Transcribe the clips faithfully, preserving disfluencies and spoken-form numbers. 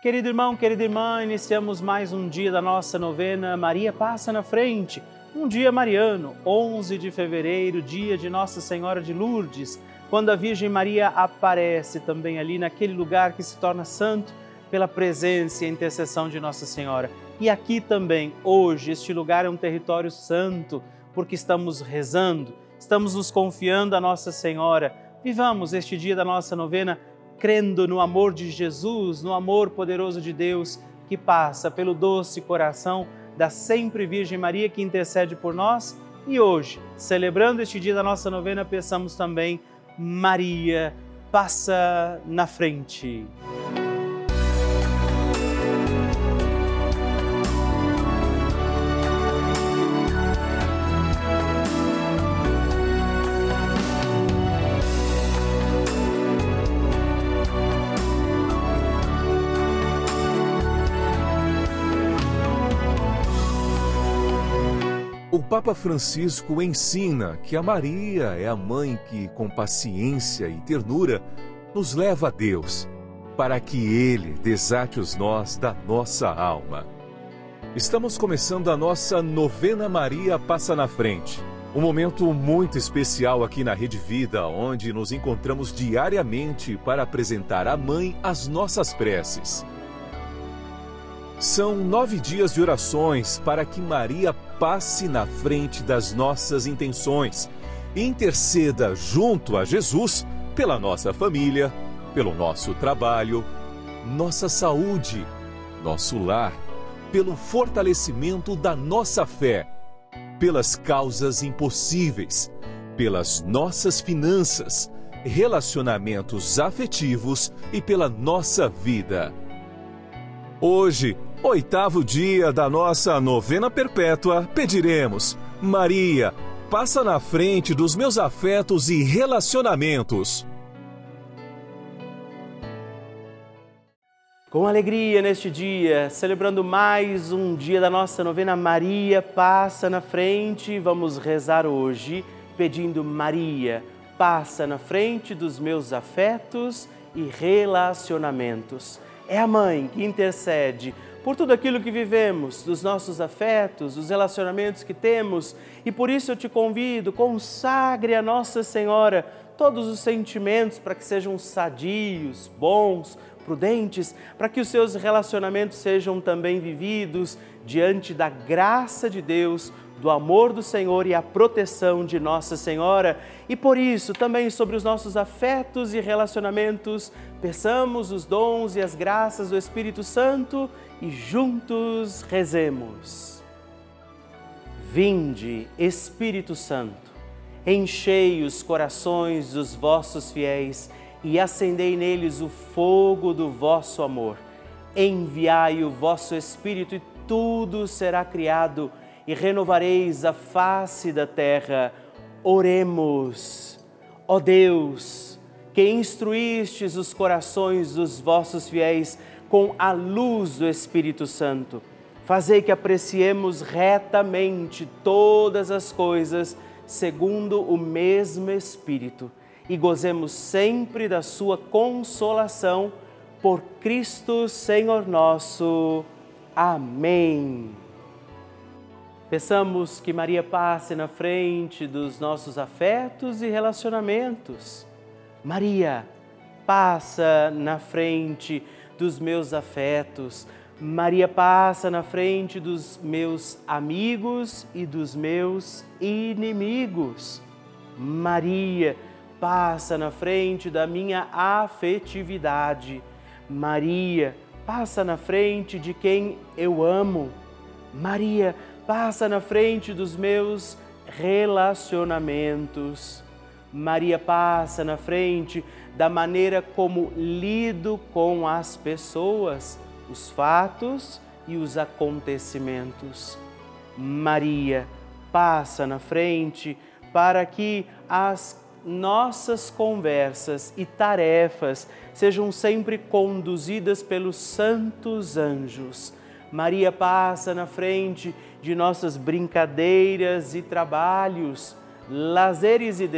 Querido irmão, querida irmã, iniciamos mais um dia da nossa novena Maria Passa na Frente. Um dia mariano, onze de fevereiro, dia de Nossa Senhora de Lourdes, quando a Virgem Maria aparece também ali naquele lugar que se torna santo pela presença e intercessão de Nossa Senhora. E aqui também, hoje, este lugar é um território santo, porque estamos rezando, estamos nos confiando a Nossa Senhora. Vivamos este dia da nossa novena crendo no amor de Jesus, no amor poderoso de Deus, que passa pelo doce coração da sempre Virgem Maria, que intercede por nós. E hoje, celebrando este dia da nossa novena, peçamos também: Maria, passa na frente. O Papa Francisco ensina que a Maria é a mãe que, com paciência e ternura, nos leva a Deus, para que Ele desate os nós da nossa alma. Estamos começando a nossa novena Maria Passa na Frente, um momento muito especial aqui na Rede Vida, onde nos encontramos diariamente para apresentar à Mãe as nossas preces. São nove dias de orações para que Maria passe na frente das nossas intenções e interceda junto a Jesus pela nossa família, pelo nosso trabalho, nossa saúde, nosso lar, pelo fortalecimento da nossa fé, pelas causas impossíveis, pelas nossas finanças, relacionamentos afetivos e pela nossa vida. Hoje, oitavo dia da nossa novena perpétua, pediremos: Maria, passa na frente dos meus afetos e relacionamentos. Com alegria neste dia, celebrando mais um dia da nossa novena Maria Passa na Frente, vamos rezar hoje pedindo: Maria, passa na frente dos meus afetos e relacionamentos. É a mãe que intercede por tudo aquilo que vivemos, dos nossos afetos, dos relacionamentos que temos, e por isso eu te convido, consagre a Nossa Senhora todos os sentimentos para que sejam sadios, bons, prudentes, para que os seus relacionamentos sejam também vividos diante da graça de Deus, do amor do Senhor e a proteção de Nossa Senhora. E por isso, também sobre os nossos afetos e relacionamentos, peçamos os dons e as graças do Espírito Santo e juntos rezemos. Vinde, Espírito Santo, enchei os corações dos vossos fiéis e acendei neles o fogo do vosso amor. Enviai o vosso Espírito e tudo será criado e renovareis a face da terra. Oremos. Ó Deus, que instruístes os corações dos vossos fiéis com a luz do Espírito Santo, fazei que apreciemos retamente todas as coisas segundo o mesmo Espírito e gozemos sempre da sua consolação por Cristo Senhor nosso. Amém. Peçamos que Maria passe na frente dos nossos afetos e relacionamentos. Maria, passa na frente dos meus afetos. Maria, passa na frente dos meus amigos e dos meus inimigos. Maria, passa na frente da minha afetividade. Maria, passa na frente de quem eu amo. Maria, passa na frente dos meus relacionamentos. Maria, passa na frente da maneira como lido com as pessoas, os fatos e os acontecimentos. Maria, passa na frente para que as nossas conversas e tarefas sejam sempre conduzidas pelos santos anjos. Maria, passa na frente de nossas brincadeiras e trabalhos, lazeres e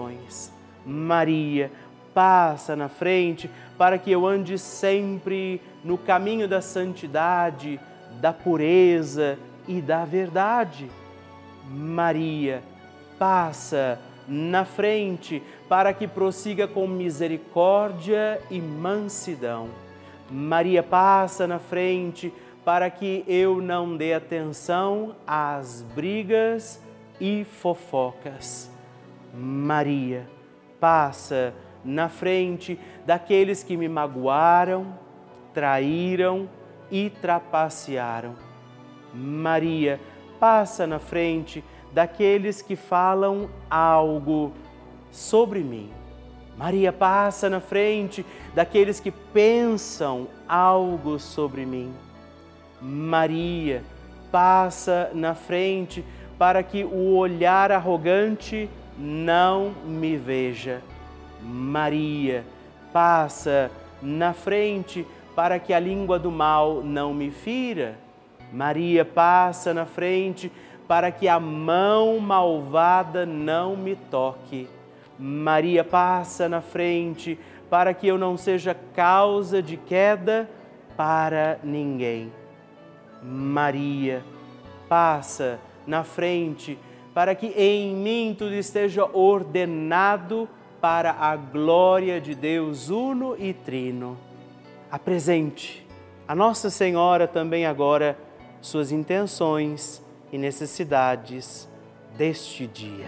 decisões. Maria, passa na frente para que eu ande sempre no caminho da santidade, da pureza e da verdade. Maria, passa na frente para que prossiga com misericórdia e mansidão. Maria, passa na frente para que eu não dê atenção às brigas e fofocas. Maria, passa na frente daqueles que me magoaram, traíram e trapacearam. Maria, passa na frente daqueles que falam algo sobre mim. Maria, passa na frente daqueles que pensam algo sobre mim. Maria, passa na frente para que o olhar arrogante não me veja. Maria, passa na frente para que a língua do mal não me fira. Maria, passa na frente para que a mão malvada não me toque. Maria, passa na frente para que eu não seja causa de queda para ninguém. Maria, passa na frente para que em mim tudo esteja ordenado para a glória de Deus uno e trino. Apresente a Nossa Senhora também agora suas intenções e necessidades deste dia.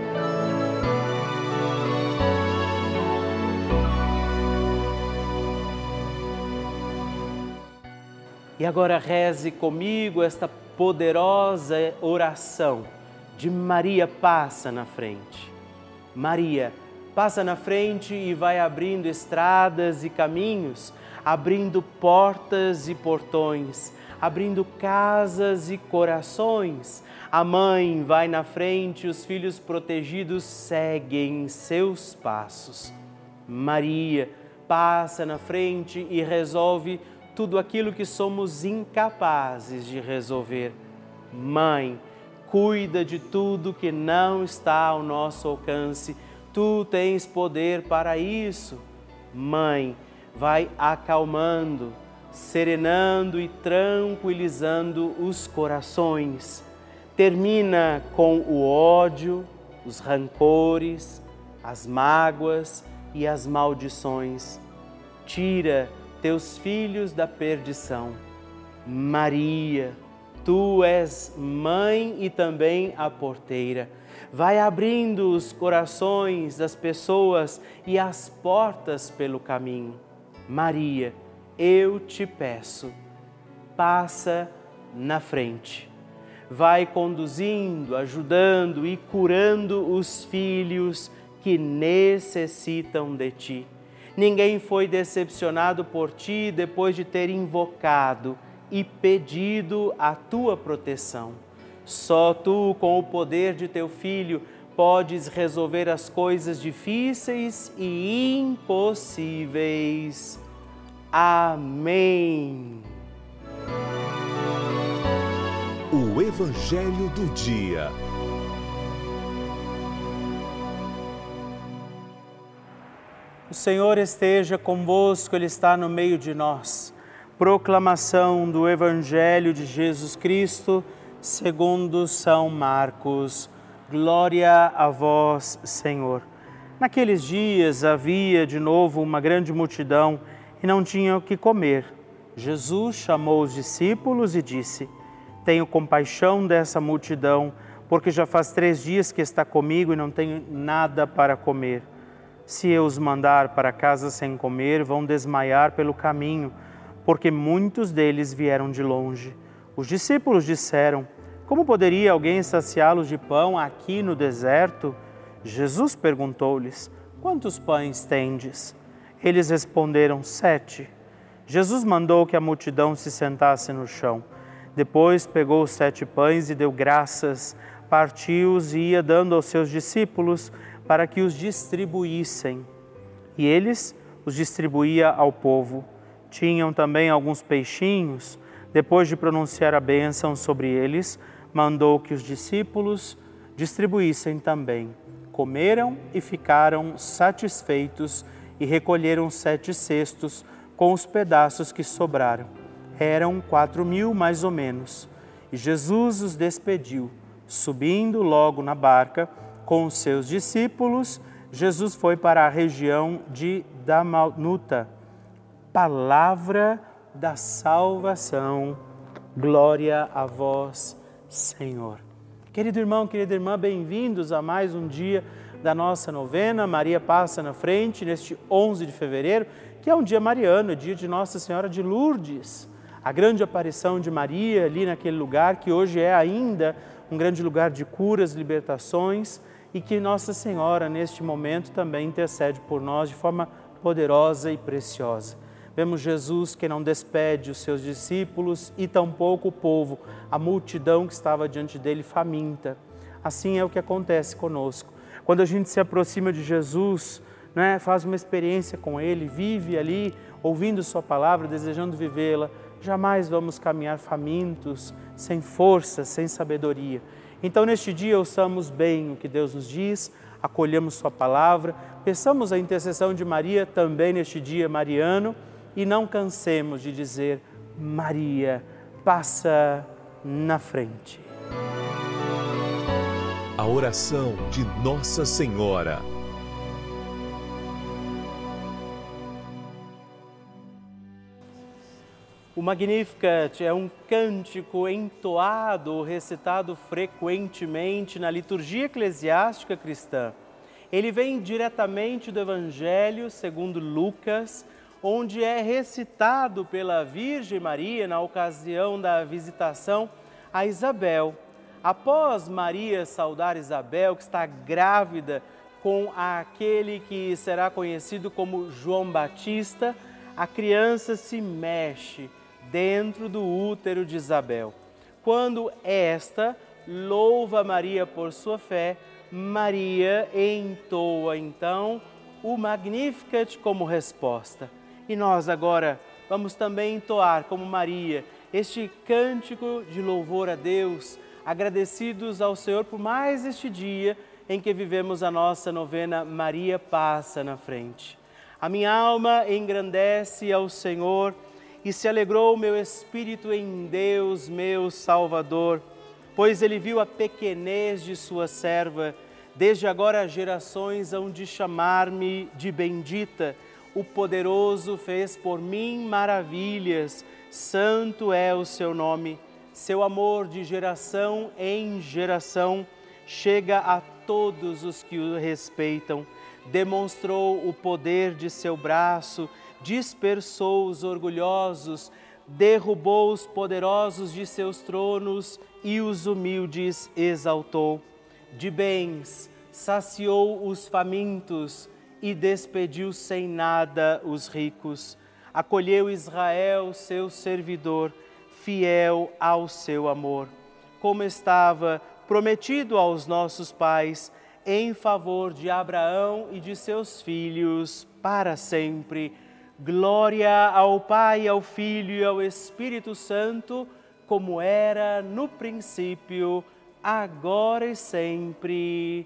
E agora reze comigo esta poderosa oração de Maria passa na frente. Maria passa na frente e vai abrindo estradas e caminhos, abrindo portas e portões, abrindo casas e corações. A mãe vai na frente, os filhos protegidos seguem seus passos. Maria passa na frente e resolve tudo aquilo que somos incapazes de resolver. Mãe, cuida de tudo que não está ao nosso alcance. Tu tens poder para isso. Mãe, vai acalmando, serenando e tranquilizando os corações. Termina com o ódio, os rancores, as mágoas e as maldições. Tira teus filhos da perdição. Maria, tu és mãe e também a porteira. Vai abrindo os corações das pessoas e as portas pelo caminho. Maria, eu te peço, passa na frente. Vai conduzindo, ajudando e curando os filhos que necessitam de ti. Ninguém foi decepcionado por ti depois de ter invocado e pedido a tua proteção. Só tu, com o poder de teu Filho, podes resolver as coisas difíceis e impossíveis. Amém. O Evangelho do Dia. O Senhor esteja convosco, Ele está no meio de nós. Proclamação do Evangelho de Jesus Cristo, segundo São Marcos. Glória a vós, Senhor. Naqueles dias havia de novo uma grande multidão e não tinham o que comer. Jesus chamou os discípulos e disse: Tenho compaixão dessa multidão, porque já faz três dias que está comigo e não tenho nada para comer. Se eu os mandar para casa sem comer, vão desmaiar pelo caminho, porque muitos deles vieram de longe. Os discípulos disseram: Como poderia alguém saciá-los de pão aqui no deserto? Jesus perguntou-lhes: Quantos pães tendes? Eles responderam: Sete. Jesus mandou que a multidão se sentasse no chão. Depois pegou os sete pães e deu graças, partiu-os e ia dando aos seus discípulos para que os distribuíssem. E eles os distribuía ao povo. Tinham também alguns peixinhos. Depois de pronunciar a bênção sobre eles, mandou que os discípulos distribuíssem também. Comeram e ficaram satisfeitos e recolheram sete cestos com os pedaços que sobraram. Eram quatro mil mais ou menos. E Jesus os despediu. Subindo logo na barca com os seus discípulos, Jesus foi para a região de Dalmanuta. Palavra da salvação. Glória a vós, Senhor. Querido irmão, querida irmã, bem-vindos a mais um dia da nossa novena. Maria passa na frente neste onze de fevereiro, que é um dia mariano, dia de Nossa Senhora de Lourdes. A grande aparição de Maria ali naquele lugar, que hoje é ainda um grande lugar de curas, libertações, e que Nossa Senhora, neste momento, também intercede por nós de forma poderosa e preciosa. Vemos Jesus que não despede os seus discípulos e tampouco o povo, a multidão que estava diante dele faminta. Assim é o que acontece conosco. Quando a gente se aproxima de Jesus, né, faz uma experiência com Ele, vive ali, ouvindo Sua palavra, desejando vivê-la, jamais vamos caminhar famintos, sem força, sem sabedoria. Então, neste dia, ouçamos bem o que Deus nos diz, acolhamos Sua palavra, peçamos a intercessão de Maria também neste dia mariano e não cansemos de dizer: Maria, passa na frente. A oração de Nossa Senhora. O Magnificat é um cântico entoado, recitado frequentemente na liturgia eclesiástica cristã. Ele vem diretamente do Evangelho segundo Lucas, onde é recitado pela Virgem Maria na ocasião da visitação a Isabel. Após Maria saudar Isabel, que está grávida com aquele que será conhecido como João Batista, a criança se mexe dentro do útero de Isabel. Quando esta louva Maria por sua fé, Maria entoa então o Magnificat como resposta. E nós agora vamos também entoar como Maria este cântico de louvor a Deus, agradecidos ao Senhor por mais este dia em que vivemos a nossa novena Maria Passa na Frente. A minha alma engrandece ao Senhor e se alegrou o meu espírito em Deus, meu Salvador, pois Ele viu a pequenez de sua serva. Desde agora as gerações hão de chamar-me de bendita. O poderoso fez por mim maravilhas, santo é o seu nome. Seu amor de geração em geração chega a todos os que o respeitam. Demonstrou o poder de seu braço, dispersou os orgulhosos, derrubou os poderosos de seus tronos e os humildes exaltou. De bens saciou os famintos e despediu sem nada os ricos. Acolheu Israel, seu servidor, fiel ao seu amor, como estava prometido aos nossos pais, em favor de Abraão e de seus filhos para sempre. Glória ao Pai, ao Filho e ao Espírito Santo, como era no princípio, agora e sempre.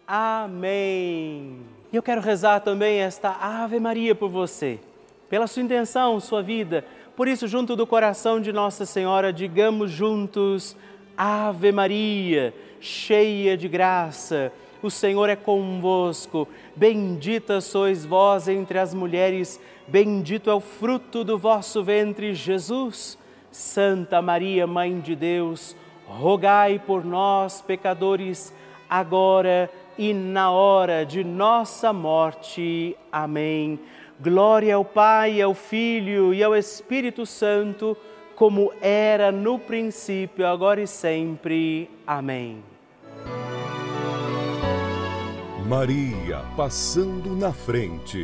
Amém. E eu quero rezar também esta Ave Maria por você, pela sua intenção, sua vida. Por isso, junto do coração de Nossa Senhora, digamos juntos: Ave Maria, cheia de graça, o Senhor é convosco. Bendita sois vós entre as mulheres, bendito é o fruto do vosso ventre, Jesus. Santa Maria, Mãe de Deus, rogai por nós, pecadores, agora e na hora de nossa morte. Amém. Glória ao Pai, ao Filho e ao Espírito Santo, como era no princípio, agora e sempre. Amém. Maria passando na frente.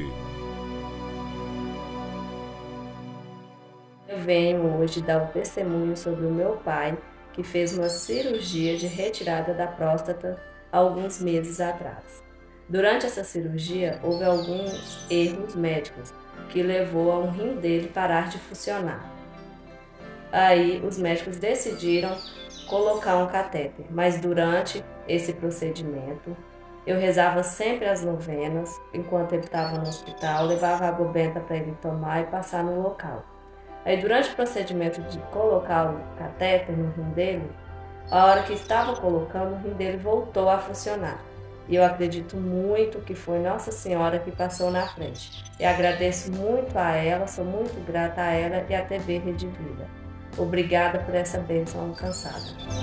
Eu venho hoje dar um testemunho sobre o meu pai, que fez uma cirurgia de retirada da próstata há alguns meses atrás. Durante essa cirurgia, houve alguns erros médicos que levou a um rim dele parar de funcionar. Aí, os médicos decidiram colocar um catéter, mas durante esse procedimento, Eu rezava sempre as novenas, enquanto ele estava no hospital, levava água benta para ele tomar e passar no local. Aí, durante o procedimento de colocar o catéter no rim dele, a hora que estava colocando, o rim dele voltou a funcionar. E eu acredito muito que foi Nossa Senhora que passou na frente. E agradeço muito a ela, sou muito grata a ela e à T V Rede Vida. Obrigada por essa bênção alcançada.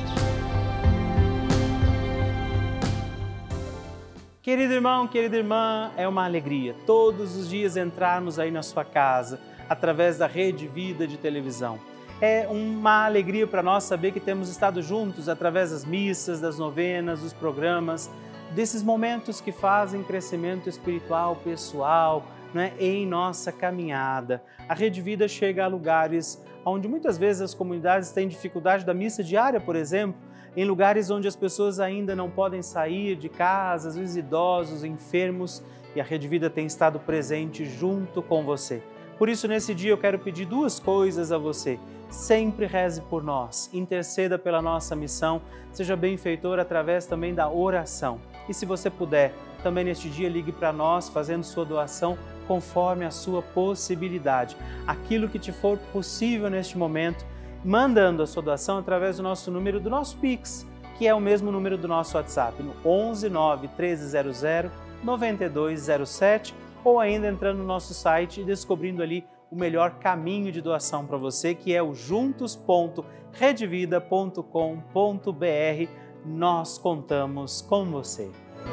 Querido irmão, querida irmã, é uma alegria todos os dias entrarmos aí na sua casa, através da Rede Vida de televisão. É uma alegria para nós saber que temos estado juntos através das missas, das novenas, dos programas, desses momentos que fazem crescimento espiritual, pessoal, né, em nossa caminhada. A Rede Vida chega a lugares onde muitas vezes as comunidades têm dificuldade da missa diária, por exemplo, em lugares onde as pessoas ainda não podem sair de casa, os idosos, enfermos, e a Rede Vida tem estado presente junto com você. Por isso, nesse dia, eu quero pedir duas coisas a você. Sempre reze por nós, interceda pela nossa missão, seja benfeitor através também da oração. E se você puder, também neste dia, ligue para nós, fazendo sua doação conforme a sua possibilidade. Aquilo que te for possível neste momento, mandando a sua doação através do nosso número do nosso Pix, que é o mesmo número do nosso WhatsApp, no onze nove um três zero zero nove dois zero sete, ou ainda entrando no nosso site e descobrindo ali o melhor caminho de doação para você, que é o juntos ponto redevida ponto com ponto br. Nós contamos com você.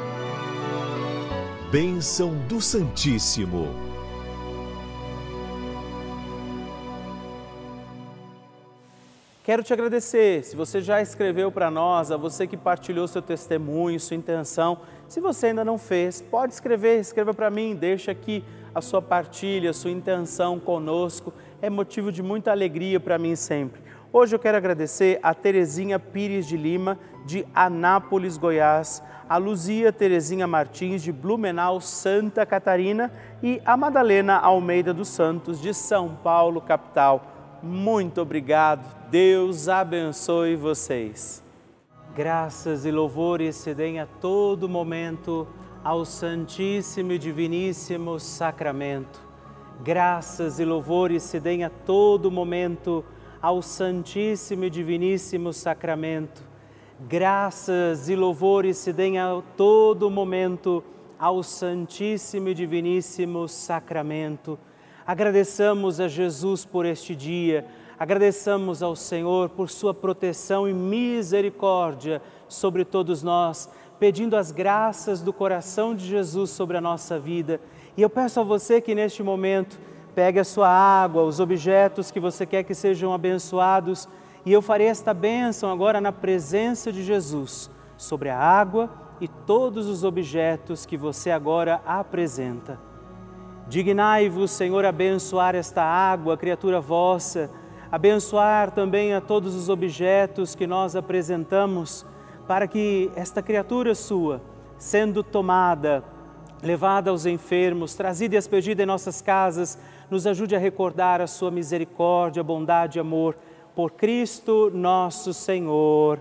Bênção do Santíssimo. Quero te agradecer, se você já escreveu para nós, a você que partilhou seu testemunho, sua intenção. Se você ainda não fez, pode escrever, escreva para mim, deixa aqui a sua partilha, a sua intenção conosco. É motivo de muita alegria para mim sempre. Hoje eu quero agradecer a Terezinha Pires de Lima, de Anápolis, Goiás, a Luzia Terezinha Martins, de Blumenau, Santa Catarina, e a Madalena Almeida dos Santos, de São Paulo, capital. Muito obrigado, Deus abençoe vocês. Graças e louvores se deem a todo momento ao Santíssimo e Diviníssimo Sacramento. Graças e louvores se deem a todo momento ao Santíssimo e Diviníssimo Sacramento. Graças e louvores se deem a todo momento ao Santíssimo e Diviníssimo Sacramento. Agradeçamos a Jesus por este dia, agradeçamos ao Senhor por sua proteção e misericórdia sobre todos nós, pedindo as graças do coração de Jesus sobre a nossa vida. E eu peço a você que neste momento pegue a sua água, os objetos que você quer que sejam abençoados, e eu farei esta bênção agora na presença de Jesus, sobre a água e todos os objetos que você agora apresenta. Dignai-vos, Senhor, abençoar esta água, criatura vossa, abençoar também a todos os objetos que nós apresentamos, para que esta criatura sua, sendo tomada, levada aos enfermos, trazida e expedida em nossas casas, nos ajude a recordar a sua misericórdia, bondade e amor, por Cristo nosso Senhor.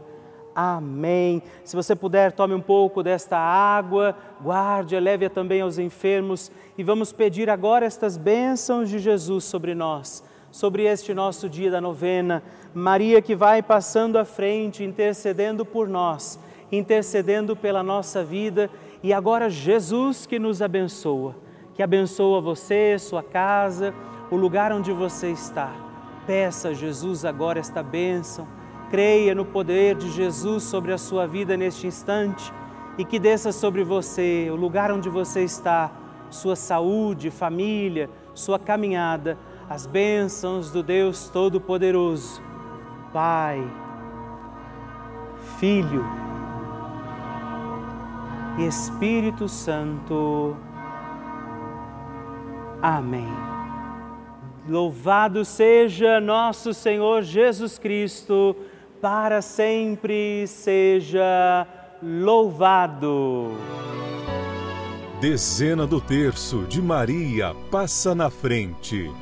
Amém. Se você puder, tome um pouco desta água, guarde, leve-a também aos enfermos e vamos pedir agora estas bênçãos de Jesus sobre nós, sobre este nosso dia da novena. Maria que vai passando à frente, intercedendo por nós, intercedendo pela nossa vida, e agora Jesus que nos abençoa, que abençoa você, sua casa, o lugar onde você está. Peça a Jesus agora esta bênção. Creia no poder de Jesus sobre a sua vida neste instante e que desça sobre você, o lugar onde você está, sua saúde, família, sua caminhada, as bênçãos do Deus Todo-Poderoso, Pai, Filho e Espírito Santo. Amém. Louvado seja nosso Senhor Jesus Cristo, para sempre seja louvado. Dezena do terço de Maria passa na frente.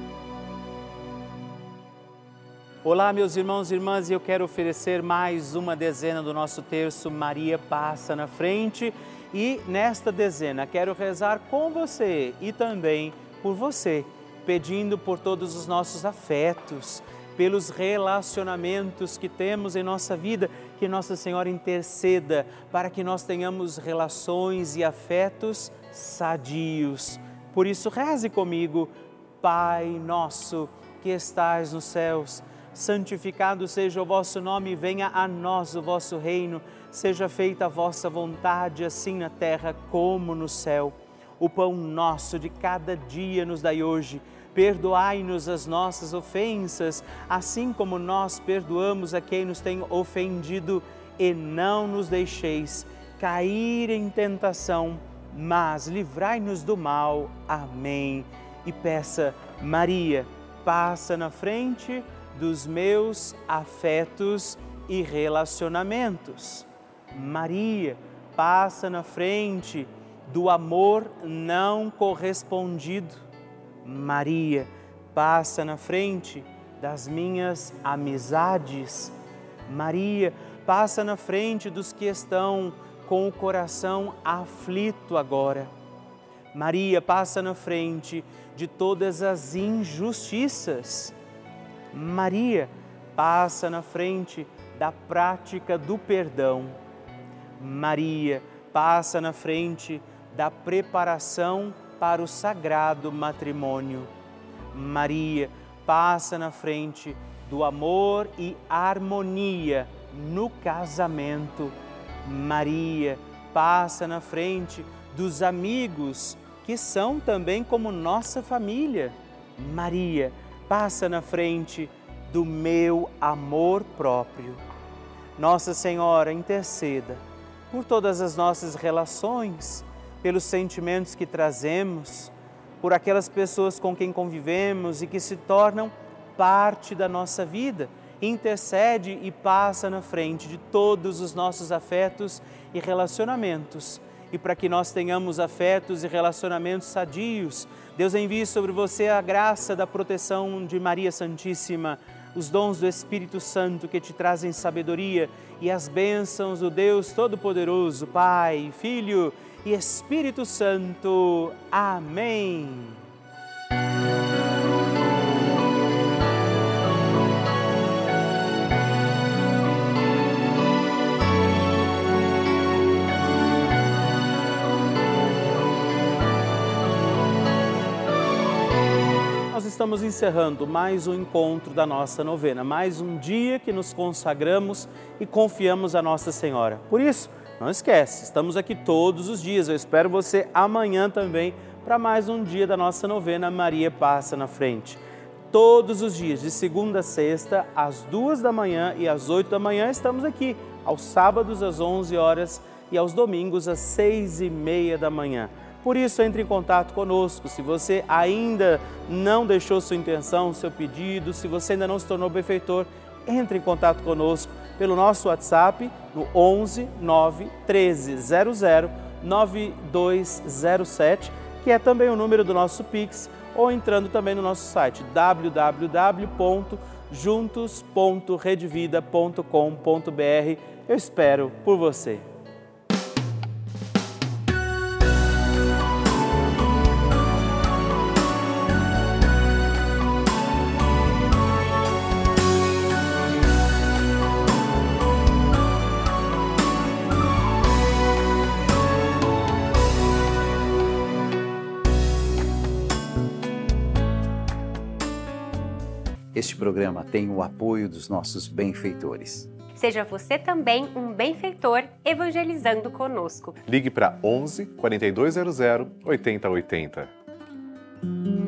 Olá, meus irmãos e irmãs, e eu quero oferecer mais uma dezena do nosso terço Maria passa na frente. E nesta dezena quero rezar com você e também por você, pedindo por todos os nossos afetos, pelos relacionamentos que temos em nossa vida, que Nossa Senhora interceda para que nós tenhamos relações e afetos sadios. Por isso, reze comigo. Pai nosso que estais nos céus, santificado seja o vosso nome, venha a nós o vosso reino, seja feita a vossa vontade, assim na terra como no céu. O pão nosso de cada dia nos dai hoje. Perdoai-nos as nossas ofensas, assim como nós perdoamos a quem nos tem ofendido, e não nos deixeis cair em tentação, mas livrai-nos do mal. Amém. E peça: Maria, passa na frente dos meus afetos e relacionamentos. Maria, passa na frente do amor não correspondido. Maria, passa na frente das minhas amizades. Maria, passa na frente dos que estão com o coração aflito agora. Maria, passa na frente de todas as injustiças. Maria, passa na frente da prática do perdão. Maria, passa na frente da preparação para o sagrado matrimônio. Maria, passa na frente do amor e harmonia no casamento. Maria, passa na frente dos amigos que são também como nossa família. Maria, passa na frente do meu amor próprio. Nossa Senhora, interceda por todas as nossas relações, pelos sentimentos que trazemos, por aquelas pessoas com quem convivemos e que se tornam parte da nossa vida. Intercede e passa na frente de todos os nossos afetos e relacionamentos. E para que nós tenhamos afetos e relacionamentos sadios, Deus envie sobre você a graça da proteção de Maria Santíssima, os dons do Espírito Santo que te trazem sabedoria e as bênçãos do Deus Todo-Poderoso, Pai, Filho e Espírito Santo. Amém. Nós estamos encerrando mais um encontro da nossa novena, mais um dia que nos consagramos e confiamos a Nossa Senhora. Por isso, não esquece, estamos aqui todos os dias. Eu espero você amanhã também para mais um dia da nossa novena Maria Passa na Frente. Todos os dias, de segunda a sexta, às duas da manhã e às oito da manhã, estamos aqui. Aos sábados, às onze horas e aos domingos, às seis e meia da manhã. Por isso, entre em contato conosco. Se você ainda não deixou sua intenção, seu pedido, se você ainda não se tornou benfeitor, entre em contato conosco pelo nosso WhatsApp no onze nove treze zero zero nove dois zero sete, que é também o número do nosso Pix, ou entrando também no nosso site w w w ponto juntos ponto redvida ponto com ponto b r. Eu espero por você. Este programa tem o apoio dos nossos benfeitores. Seja você também um benfeitor evangelizando conosco. Ligue para onze, quarenta e dois zero zero, oitenta oitenta.